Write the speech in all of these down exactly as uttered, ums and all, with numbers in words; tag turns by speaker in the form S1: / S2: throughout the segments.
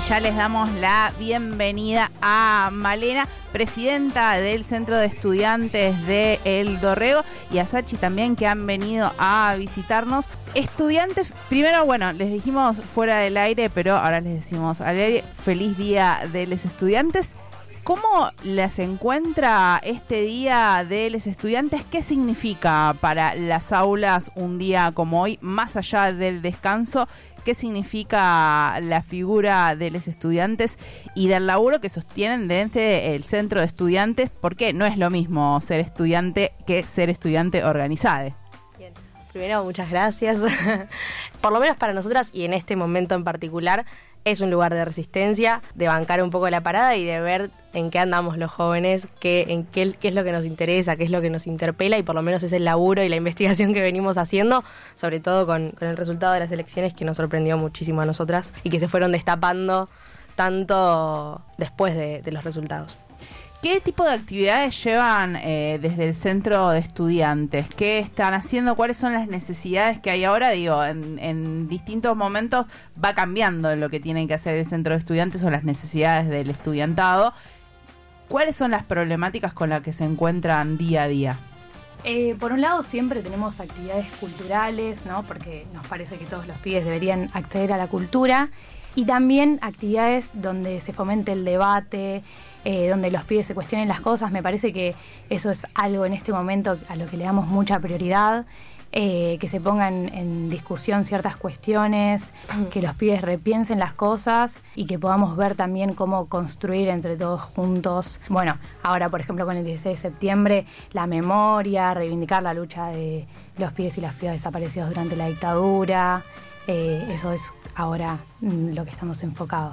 S1: ya les damos la bienvenida a Malena, presidenta del Centro de Estudiantes de El Dorrego, y a Sachi también, que han venido a visitarnos. Estudiantes, primero, bueno, les dijimos fuera del aire, pero ahora les decimos al aire, feliz día de los estudiantes. ¿Cómo les encuentra este día de los estudiantes? ¿Qué significa para las aulas un día como hoy, más allá del descanso? ¿Qué significa la figura de los estudiantes y del laburo que sostienen desde el Centro de Estudiantes? Porque no es lo mismo ser estudiante que ser estudiante organizado.
S2: Bien. Primero, muchas gracias. Por lo menos para nosotras, y en este momento en particular, es un lugar de resistencia, de bancar un poco la parada y de ver en qué andamos los jóvenes, qué, en qué, qué es lo que nos interesa, qué es lo que nos interpela, y por lo menos es el laburo y la investigación que venimos haciendo, sobre todo con, con el resultado de las elecciones, que nos sorprendió muchísimo a nosotras y que se fueron destapando tanto después de, de los resultados.
S1: ¿Qué tipo de actividades llevan eh, desde el Centro de Estudiantes? ¿Qué están haciendo? ¿Cuáles son las necesidades que hay ahora? Digo, en, en distintos momentos va cambiando lo que tiene que hacer el Centro de Estudiantes o las necesidades del estudiantado. ¿Cuáles son las problemáticas con las que se encuentran día a día?
S3: Eh, por un lado, siempre tenemos actividades culturales, ¿no? Porque nos parece que todos los pibes deberían acceder a la cultura. Y también actividades donde se fomente el debate, eh, donde los pibes se cuestionen las cosas. Me parece que eso es algo en este momento a lo que le damos mucha prioridad, eh, que se pongan en discusión ciertas cuestiones, que los pibes repiensen las cosas y que podamos ver también cómo construir entre todos juntos. Bueno, ahora por ejemplo con el dieciséis de septiembre, la memoria, reivindicar la lucha de los pibes y las pibas desaparecidos durante la dictadura. Eh, eso es ahora mm, lo que estamos enfocados.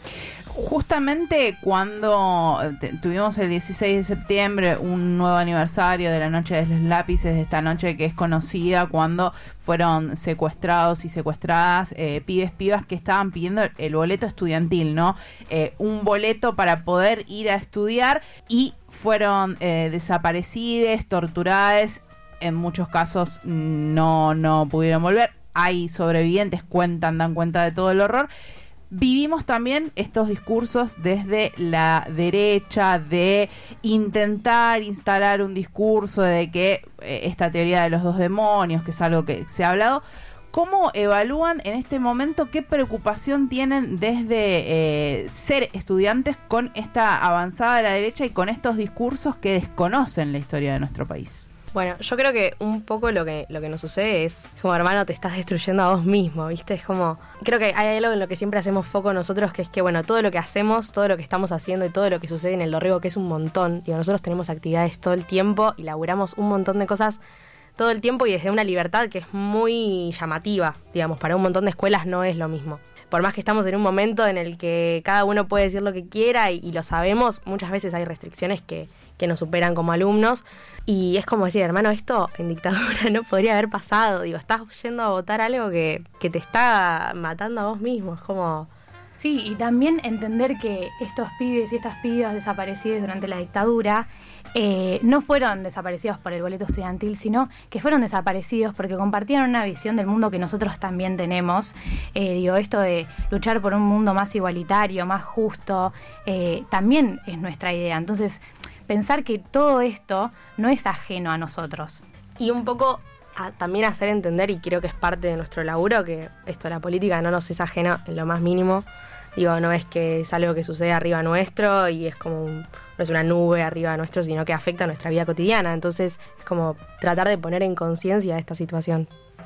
S1: Justamente cuando te, tuvimos el dieciséis de septiembre, un nuevo aniversario de la Noche de los Lápices, de esta noche que es conocida cuando fueron secuestrados y secuestradas eh, pibes, pibas que estaban pidiendo el boleto estudiantil, ¿no? Eh, un boleto para poder ir a estudiar, y fueron eh, desaparecidas, torturadas, en muchos casos no, no pudieron volver. Hay sobrevivientes, cuentan, dan cuenta de todo el horror. Vivimos también estos discursos desde la derecha de intentar instalar un discurso de que eh, esta teoría de los dos demonios, que es algo que se ha hablado. ¿Cómo evalúan en este momento, qué preocupación tienen desde eh, ser estudiantes con esta avanzada de la derecha y con estos discursos que desconocen la historia de nuestro país?
S2: Bueno, yo creo que un poco lo que lo que nos sucede es como, hermano, te estás destruyendo a vos mismo, ¿viste? Es como, creo que hay algo en lo que siempre hacemos foco nosotros, que es que, bueno, todo lo que hacemos, todo lo que estamos haciendo y todo lo que sucede en El Dorrego, que es un montón, digo, nosotros tenemos actividades todo el tiempo y laburamos un montón de cosas todo el tiempo, y desde una libertad que es muy llamativa, digamos, para un montón de escuelas no es lo mismo. Por más que estamos en un momento en el que cada uno puede decir lo que quiera y, y lo sabemos, muchas veces hay restricciones que, que nos superan como alumnos. Y es como decir, hermano, esto en dictadura no podría haber pasado. Digo, estás yendo a votar algo que, que te está matando a vos mismo. Es como...
S3: Sí, y también entender que estos pibes y estas pibas desaparecidos durante la dictadura eh, no fueron desaparecidos por el boleto estudiantil, sino que fueron desaparecidos porque compartían una visión del mundo que nosotros también tenemos. Eh, digo, esto de luchar por un mundo más igualitario, más justo, eh, también es nuestra idea. Entonces, pensar que todo esto no es ajeno a nosotros.
S2: Y un poco a, también hacer entender, y creo que es parte de nuestro laburo, que esto, la política no nos es ajeno en lo más mínimo. Digo, no es que es algo que sucede arriba nuestro y es como un, no es una nube arriba nuestro, sino que afecta a nuestra vida cotidiana. Entonces es como tratar de poner en conciencia esta situación.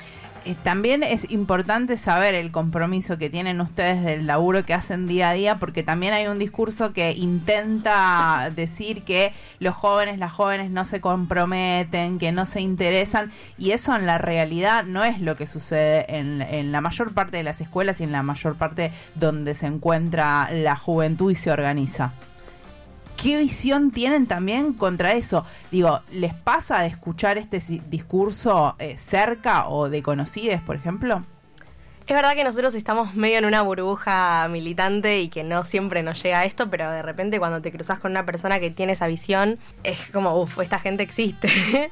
S1: También es importante saber el compromiso que tienen ustedes del laburo que hacen día a día, porque también hay un discurso que intenta decir que los jóvenes, las jóvenes no se comprometen, que no se interesan, y eso en la realidad no es lo que sucede en, en la mayor parte de las escuelas y en la mayor parte donde se encuentra la juventud y se organiza. ¿Qué visión tienen también contra eso? Digo, ¿les pasa de escuchar este discurso eh, cerca o de conocides, por ejemplo?
S2: Es verdad que nosotros estamos medio en una burbuja militante y que no siempre nos llega a esto, pero de repente cuando te cruzas con una persona que tiene esa visión, es como, uff, esta gente existe.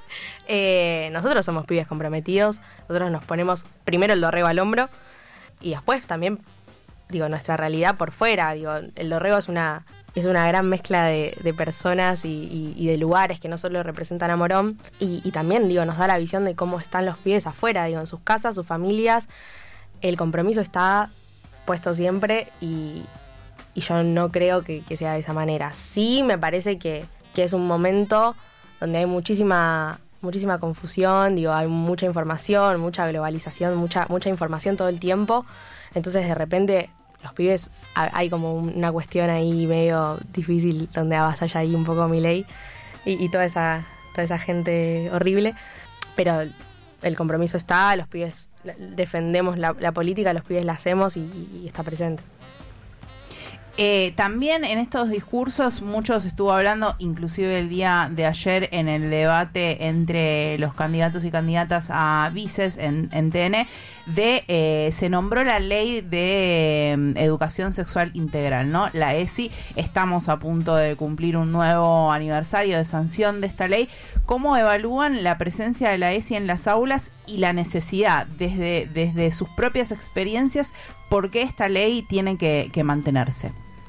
S2: eh, nosotros somos pibes comprometidos, nosotros nos ponemos primero el dorrego al hombro y después también digo, nuestra realidad por fuera. Digo, el Dorrego es una, es una gran mezcla de, de personas y, y, y de lugares que no solo representan a Morón. Y, y también, digo, nos da la visión de cómo están los pibes afuera, digo, en sus casas, sus familias. El compromiso está puesto siempre y, y yo no creo que, que sea de esa manera. Sí me parece que, que es un momento donde hay muchísima... muchísima confusión, digo, hay mucha información, mucha globalización, mucha mucha información todo el tiempo. Entonces, de repente, los pibes, hay como una cuestión ahí medio difícil donde avasalla ahí un poco Milei y, y toda esa toda esa gente horrible. Pero el compromiso está, los pibes defendemos la, la política, los pibes la hacemos y, y está presente.
S1: Eh, también en estos discursos muchos estuvo hablando, inclusive el día de ayer en el debate entre los candidatos y candidatas a vices en, en T N, de eh, se nombró la ley de eh, educación sexual integral, ¿no? La E S I. Estamos a punto de cumplir un nuevo aniversario de sanción de esta ley. ¿Cómo evalúan la presencia de la E S I en las aulas y la necesidad desde, desde sus propias experiencias, por qué esta ley tiene que, que mantenerse?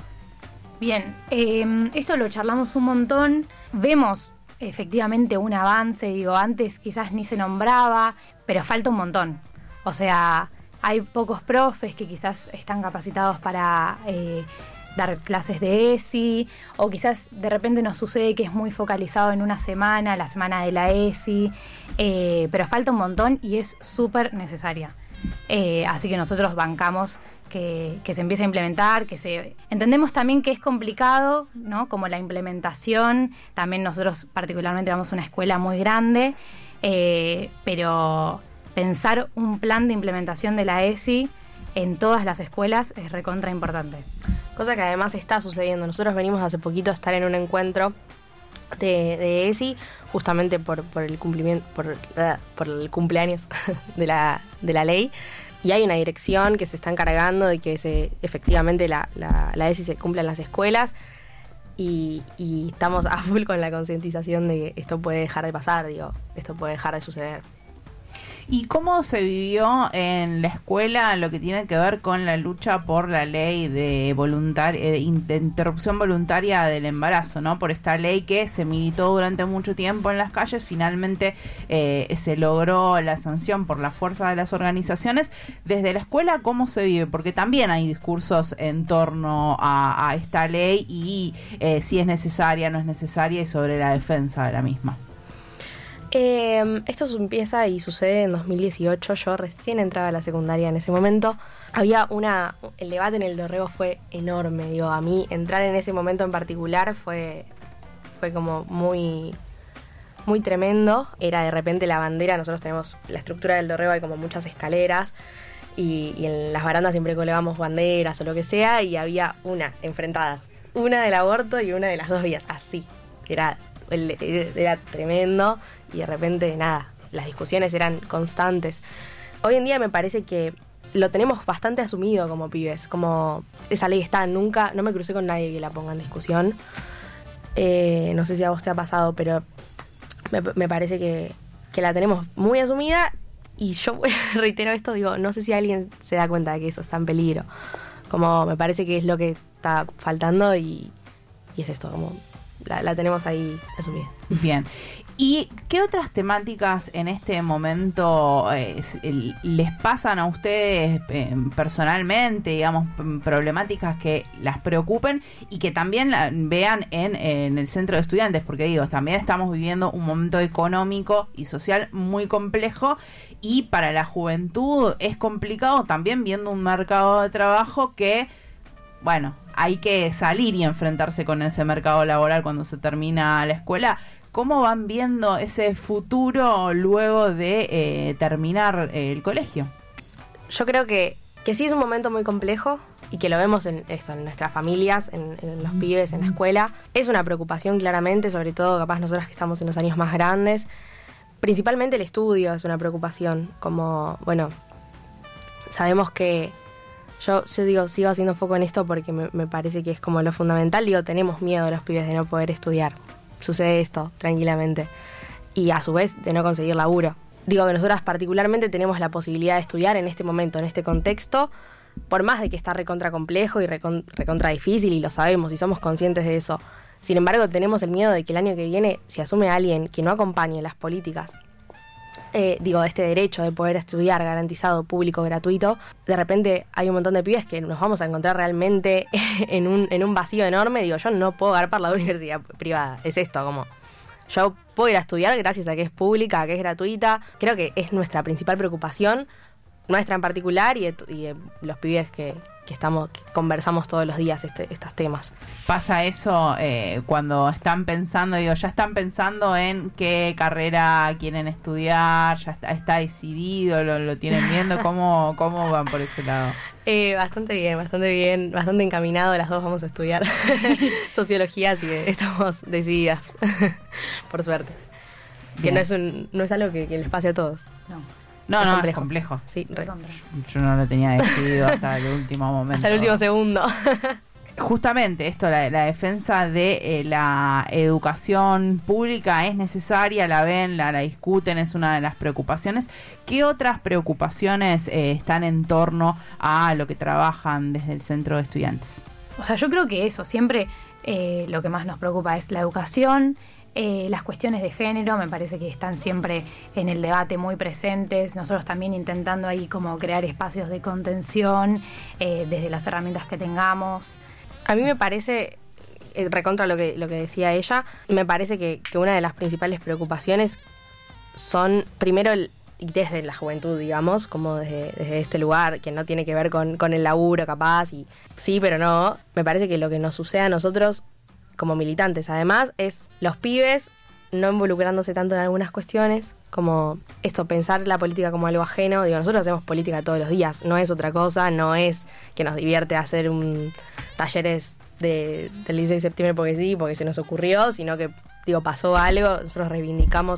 S3: Bien, eh, esto lo charlamos un montón, vemos efectivamente un avance, digo, antes quizás ni se nombraba, pero falta un montón. O sea, hay pocos profes que quizás están capacitados para eh, dar clases de E S I, o quizás de repente nos sucede que es muy focalizado en una semana, la semana de la E S I, eh, pero falta un montón y es súper necesaria. Eh, así que nosotros bancamos Que, que se empiece a implementar, que se entendemos también que es complicado, ¿no? Como la implementación, también nosotros particularmente vamos a una escuela muy grande, eh, pero pensar un plan de implementación de la E S I en todas las escuelas es recontra importante.
S2: Cosa que además está sucediendo. Nosotros venimos hace poquito a estar en un encuentro de, de E S I, justamente por, por el cumplimiento, por, uh, por el cumpleaños de la, de la ley. Y hay una dirección que se está encargando de que se efectivamente la, la, la E S I se cumpla en las escuelas y, y estamos a full con la concientización de que esto puede dejar de pasar, digo, esto puede dejar de suceder.
S1: ¿Y cómo se vivió en la escuela lo que tiene que ver con la lucha por la ley de, voluntar de interrupción voluntaria del embarazo, ¿no? Por esta ley que se militó durante mucho tiempo en las calles, finalmente eh, se logró la sanción por la fuerza de las organizaciones. Desde la escuela, ¿cómo se vive? Porque también hay discursos en torno a, a esta ley y eh, si es necesaria, no es necesaria y sobre la defensa de la misma.
S2: Eh, esto empieza y sucede en dos mil dieciocho, yo recién entraba a la secundaria en ese momento. Había una, el debate en el Dorrego fue enorme, digo, a mí entrar en ese momento en particular fue, fue como muy, muy tremendo. Era de repente la bandera, nosotros tenemos la estructura del Dorrego, hay como muchas escaleras y, y en las barandas siempre colgamos banderas o lo que sea y había una enfrentadas, una del aborto y una de las dos vías, así, era... era tremendo y de repente nada, las discusiones eran constantes. Hoy en día me parece que lo tenemos bastante asumido como pibes, como esa ley está, nunca, no me crucé con nadie que la ponga en discusión. Eh, no sé si a vos te ha pasado, pero me, me parece que, que la tenemos muy asumida y yo reitero esto, digo, no sé si alguien se da cuenta de que eso está en peligro. Como me parece que es lo que está faltando y, y es esto, como La, la tenemos ahí asumida.
S1: Bien. ¿Y qué otras temáticas en este momento eh, les pasan a ustedes eh, personalmente, digamos, problemáticas que las preocupen y que también la vean en, en el centro de estudiantes? Porque digo, también estamos viviendo un momento económico y social muy complejo y para la juventud es complicado también viendo un mercado de trabajo que, bueno, hay que salir y enfrentarse con ese mercado laboral cuando se termina la escuela. ¿Cómo van viendo ese futuro luego de eh, terminar eh, el colegio?
S2: Yo creo que, que sí es un momento muy complejo y que lo vemos en, eso, en nuestras familias, en, en los pibes, en la escuela. Es una preocupación claramente, sobre todo capaz nosotras que estamos en los años más grandes. Principalmente el estudio es una preocupación, como, bueno, sabemos que Yo, yo digo, sigo haciendo foco en esto porque me, me parece que es como lo fundamental. Digo, tenemos miedo los pibes de no poder estudiar. Sucede esto, tranquilamente. Y a su vez, de no conseguir laburo. Digo que nosotras particularmente tenemos la posibilidad de estudiar en este momento, en este contexto, por más de que está recontra complejo y recon, recontra difícil, y lo sabemos y somos conscientes de eso, sin embargo tenemos el miedo de que el año que viene, si asume alguien que no acompañe las políticas, eh, digo, este derecho de poder estudiar garantizado, público, gratuito, de repente hay un montón de pibes que nos vamos a encontrar realmente en un, en un vacío enorme. Digo, yo no puedo garpar la universidad privada, es esto, como yo puedo ir a estudiar gracias a que es pública, a que es gratuita. Creo que es nuestra principal preocupación, nuestra en particular, y de, y de los pibes que, que estamos que conversamos todos los días este, estos temas.
S1: Pasa eso eh, cuando están pensando, digo, ya están pensando en qué carrera quieren estudiar, ya está, está decidido, lo, lo tienen viendo, ¿cómo, cómo van por ese lado?
S2: Eh, bastante bien, bastante bien, bastante encaminado. Las dos vamos a estudiar sociología, así que estamos decididas, por suerte. Bien. Que no es un no es algo que, que les pase a todos.
S3: No.
S1: No,
S2: es
S1: no,
S2: complejo.
S1: es complejo.
S2: Sí, re.
S1: Yo, yo no lo tenía decidido hasta el último momento.
S2: Hasta el último segundo.
S1: Justamente esto, la, la defensa de eh, la educación pública es necesaria, la ven, la, la discuten, es una de las preocupaciones. ¿Qué otras preocupaciones eh, están en torno a lo que trabajan desde el Centro de Estudiantes?
S3: O sea, yo creo que eso, siempre eh, lo que más nos preocupa es la educación. Eh, las cuestiones de género me parece que están siempre en el debate muy presentes. Nosotros también intentando ahí como crear espacios de contención eh, desde las herramientas que tengamos.
S2: A mí me parece, eh, recontra lo que, lo que decía ella, me parece que, que una de las principales preocupaciones son, primero, el, y desde la juventud, digamos, como desde, desde este lugar, que no tiene que ver con, con el laburo capaz, y sí, pero no, me parece que lo que nos sucede a nosotros como militantes, además, es los pibes no involucrándose tanto en algunas cuestiones, como esto, pensar la política como algo ajeno. Digo, nosotros hacemos política todos los días, no es otra cosa, no es que nos divierte hacer un talleres de, del dieciséis de septiembre porque sí, porque se nos ocurrió, sino que, digo, pasó algo, nosotros reivindicamos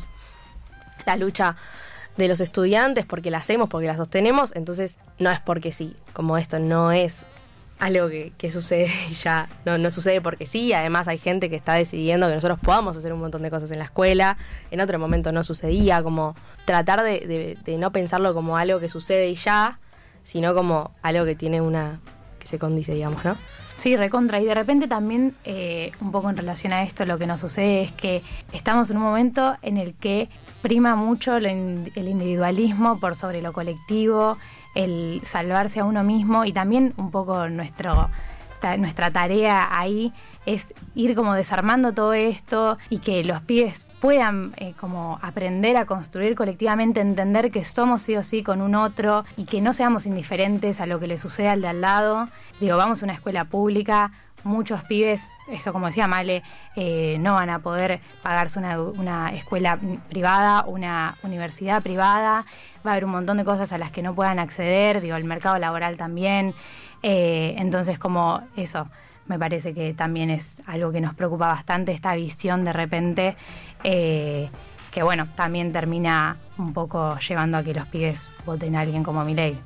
S2: la lucha de los estudiantes porque la hacemos, porque la sostenemos, entonces no es porque sí, como esto no es algo que, que sucede y ya no, no sucede porque sí. Además hay gente que está decidiendo que nosotros podamos hacer un montón de cosas en la escuela. En otro momento no sucedía, como tratar de, de, de no pensarlo como algo que sucede y ya, sino como algo que tiene una, que se condice, digamos, ¿no?
S3: Sí, recontra. Y de repente también, eh, un poco en relación a esto, lo que nos sucede es que estamos en un momento en el que prima mucho lo in, el individualismo por sobre lo colectivo, el salvarse a uno mismo, y también un poco nuestro ta, nuestra tarea ahí es ir como desarmando todo esto y que los pibes puedan eh, como aprender a construir colectivamente, entender que somos sí o sí con un otro y que no seamos indiferentes a lo que le sucede al de al lado. Digo, vamos a una escuela pública, muchos pibes, eso como decía Male, eh, no van a poder pagarse una, una escuela privada, una universidad privada, va a haber un montón de cosas a las que no puedan acceder, digo, el mercado laboral también, eh, entonces como eso, me parece que también es algo que nos preocupa bastante, esta visión de repente, eh, que bueno, también termina un poco llevando a que los pibes voten a alguien como Milei.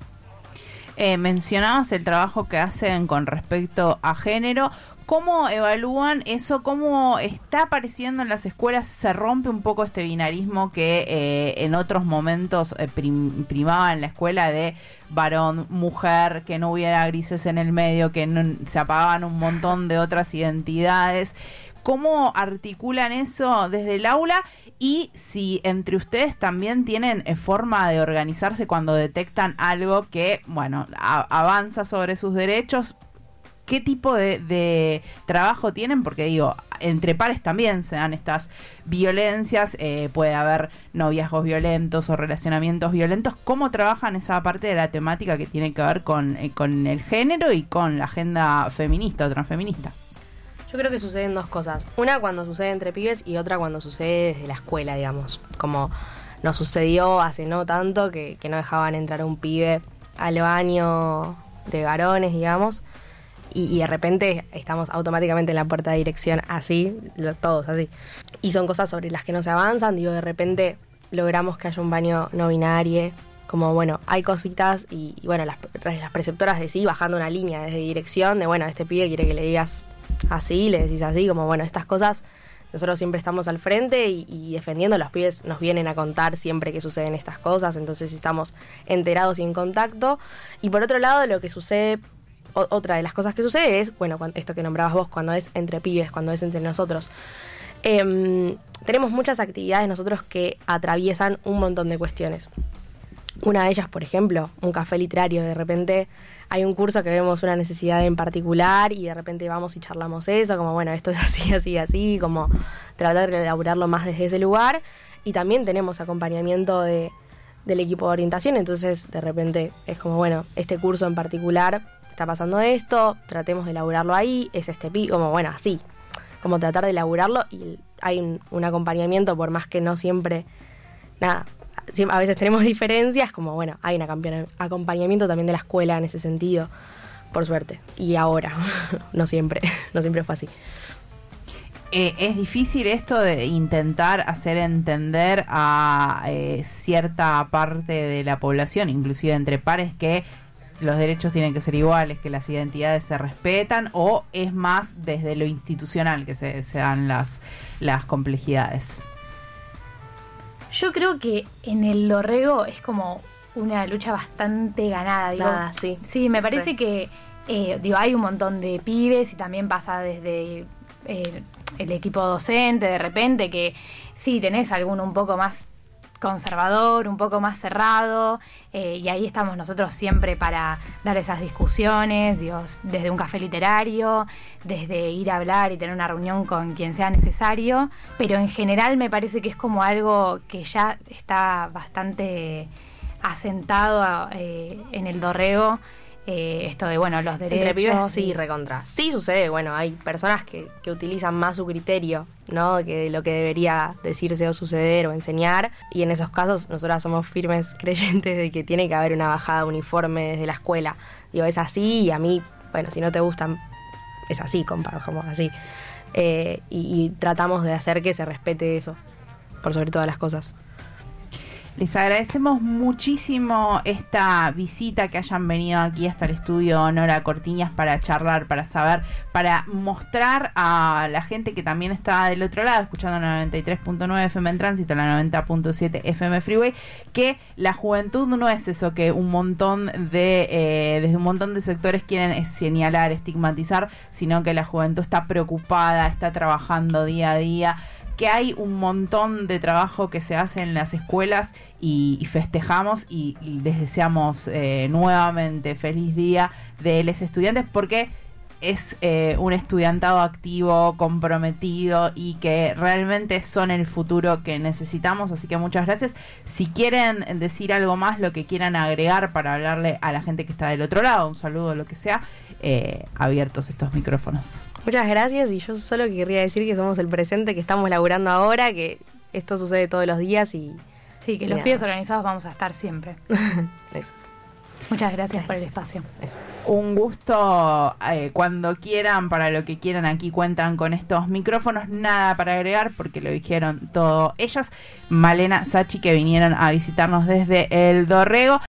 S1: Eh, mencionabas el trabajo que hacen con respecto a género. ¿Cómo evalúan eso? ¿Cómo está apareciendo en las escuelas? ¿Se rompe un poco este binarismo que eh, en otros momentos eh, prim, primaba en la escuela de varón, mujer, que no hubiera grises en el medio, que no, se apagaban un montón de otras identidades? ¿Cómo articulan eso desde el aula? Y si entre ustedes también tienen eh, forma de organizarse cuando detectan algo que, bueno, a, avanza sobre sus derechos. ¿Qué tipo de, de trabajo tienen? Porque digo, entre pares también se dan estas violencias, eh, puede haber noviazgos violentos o relacionamientos violentos. ¿Cómo trabajan esa parte de la temática que tiene que ver con, eh, con el género y con la agenda feminista o transfeminista?
S2: Yo creo que suceden dos cosas. Una cuando sucede entre pibes y otra cuando sucede desde la escuela, digamos. Como nos sucedió hace no tanto que, que no dejaban entrar a un pibe al baño de varones, digamos. Y, y de repente estamos automáticamente en la puerta de dirección así, lo, todos así. Y son cosas sobre las que no se avanzan. Digo, de repente logramos que haya un baño no binario. Como, bueno, hay cositas y, y bueno, las, las preceptoras de sí, bajando una línea desde dirección de, bueno, este pibe quiere que le digas así, le decís así, como bueno, estas cosas nosotros siempre estamos al frente y, y defendiendo. Los pibes nos vienen a contar siempre que suceden estas cosas, entonces estamos enterados y en contacto. Y por otro lado, lo que sucede, o, otra de las cosas que sucede es, bueno, cuando, esto que nombrabas vos, cuando es entre pibes, cuando es entre nosotros. Eh, tenemos muchas actividades nosotros que atraviesan un montón de cuestiones. Una de ellas, por ejemplo, un café literario. De repente hay un curso que vemos una necesidad en particular y de repente vamos y charlamos eso, como bueno, esto es así, así, así, como tratar de elaborarlo más desde ese lugar. Y también tenemos acompañamiento de, del equipo de orientación, entonces de repente es como bueno, este curso en particular está pasando esto, tratemos de elaborarlo ahí, es este pi, como bueno, así, como tratar de elaborarlo y hay un, un acompañamiento, por más que no siempre, nada, a veces tenemos diferencias, como bueno, hay un acompañamiento también de la escuela en ese sentido, por suerte. Y ahora, no siempre, no siempre fue así.
S1: Eh, es difícil esto de intentar hacer entender a eh, cierta parte de la población, inclusive entre pares, que los derechos tienen que ser iguales, que las identidades se respetan, o es más desde lo institucional que se, se dan las, las complejidades.
S3: Yo creo que en el Dorrego es como una lucha bastante ganada, digo.
S2: Ah, sí.
S3: Sí, me parece
S2: sí.
S3: que eh, digo, hay un montón de pibes y también pasa desde eh, el equipo docente, de repente, que sí, tenés alguno un poco más conservador, un poco más cerrado, eh, y ahí estamos nosotros siempre para dar esas discusiones, digo, desde un café literario, desde ir a hablar y tener una reunión con quien sea necesario, pero en general me parece que es como algo que ya está bastante asentado eh, en el Dorrego, eh, esto de, bueno, los derechos.
S2: Entre pibes sí, recontra. Sí sucede, bueno, hay personas que, que utilizan más su criterio, ¿no? Que lo que debería decirse o suceder o enseñar, y en esos casos nosotras somos firmes creyentes de que tiene que haber una bajada uniforme desde la escuela. Digo, es así y a mí, bueno, si no te gustan, es así, compa, como así. Eh, y, y tratamos de hacer que se respete eso, por sobre todas las cosas.
S1: Les agradecemos muchísimo esta visita, que hayan venido aquí hasta el estudio Nora Cortiñas para charlar, para saber, para mostrar a la gente que también está del otro lado, escuchando la noventa y tres punto nueve F M en Tránsito, la noventa punto siete F M Freeway, que la juventud no es eso que un montón de, eh, desde un montón de sectores quieren señalar, estigmatizar, sino que la juventud está preocupada, está trabajando día a día, que hay un montón de trabajo que se hace en las escuelas y, y festejamos y, y les deseamos eh, nuevamente feliz día de los estudiantes, porque es eh, un estudiantado activo, comprometido y que realmente son el futuro que necesitamos, así que muchas gracias. Si quieren decir algo más, lo que quieran agregar para hablarle a la gente que está del otro lado, un saludo, lo que sea, eh, abiertos estos micrófonos.
S2: Muchas gracias, y yo solo querría decir que somos el presente, que estamos laburando ahora, que esto sucede todos los días y...
S3: Sí, que los pibes organizados vamos a estar siempre.
S2: Eso.
S3: Muchas gracias, gracias por el espacio.
S2: Eso.
S1: Un gusto, eh, cuando quieran, para lo que quieran, aquí cuentan con estos micrófonos. Nada para agregar porque lo dijeron todo ellas. Malena, Sachi, que vinieron a visitarnos desde el Dorrego.